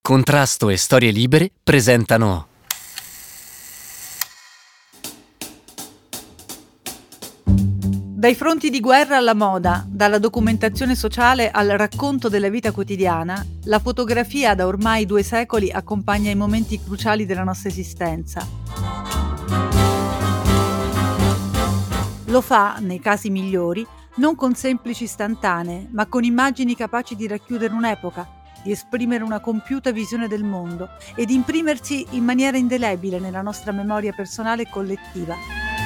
Contrasto e Storie Libere presentano Dai fronti di guerra alla moda, dalla documentazione sociale al racconto della vita quotidiana, la fotografia da ormai 2 secoli accompagna i momenti cruciali della nostra esistenza. Lo fa, nei casi migliori, non con semplici istantanee, ma con immagini capaci di racchiudere un'epoca, di esprimere una compiuta visione del mondo e di imprimersi in maniera indelebile nella nostra memoria personale e collettiva.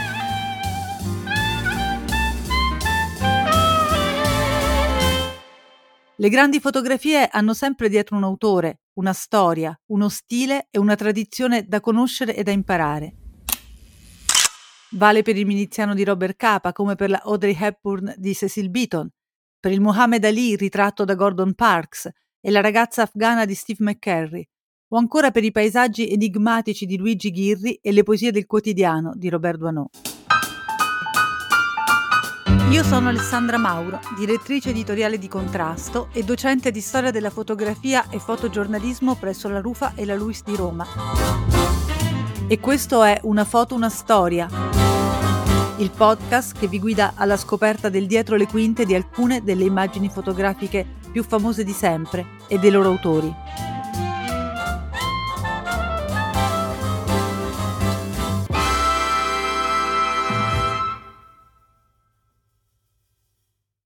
Le grandi fotografie hanno sempre dietro un autore, una storia, uno stile e una tradizione da conoscere e da imparare. Vale per il miliziano di Robert Capa come per la Audrey Hepburn di Cecil Beaton, per il Muhammad Ali ritratto da Gordon Parks e la ragazza afghana di Steve McCurry, o ancora per i paesaggi enigmatici di Luigi Ghirri e le poesie del quotidiano di Robert Doisneau. Io sono Alessandra Mauro, direttrice editoriale di Contrasto e docente di storia della fotografia e fotogiornalismo presso la Rufa e la Luis di Roma. E questo è Una foto, una storia, il podcast che vi guida alla scoperta del dietro le quinte di alcune delle immagini fotografiche più famose di sempre e dei loro autori.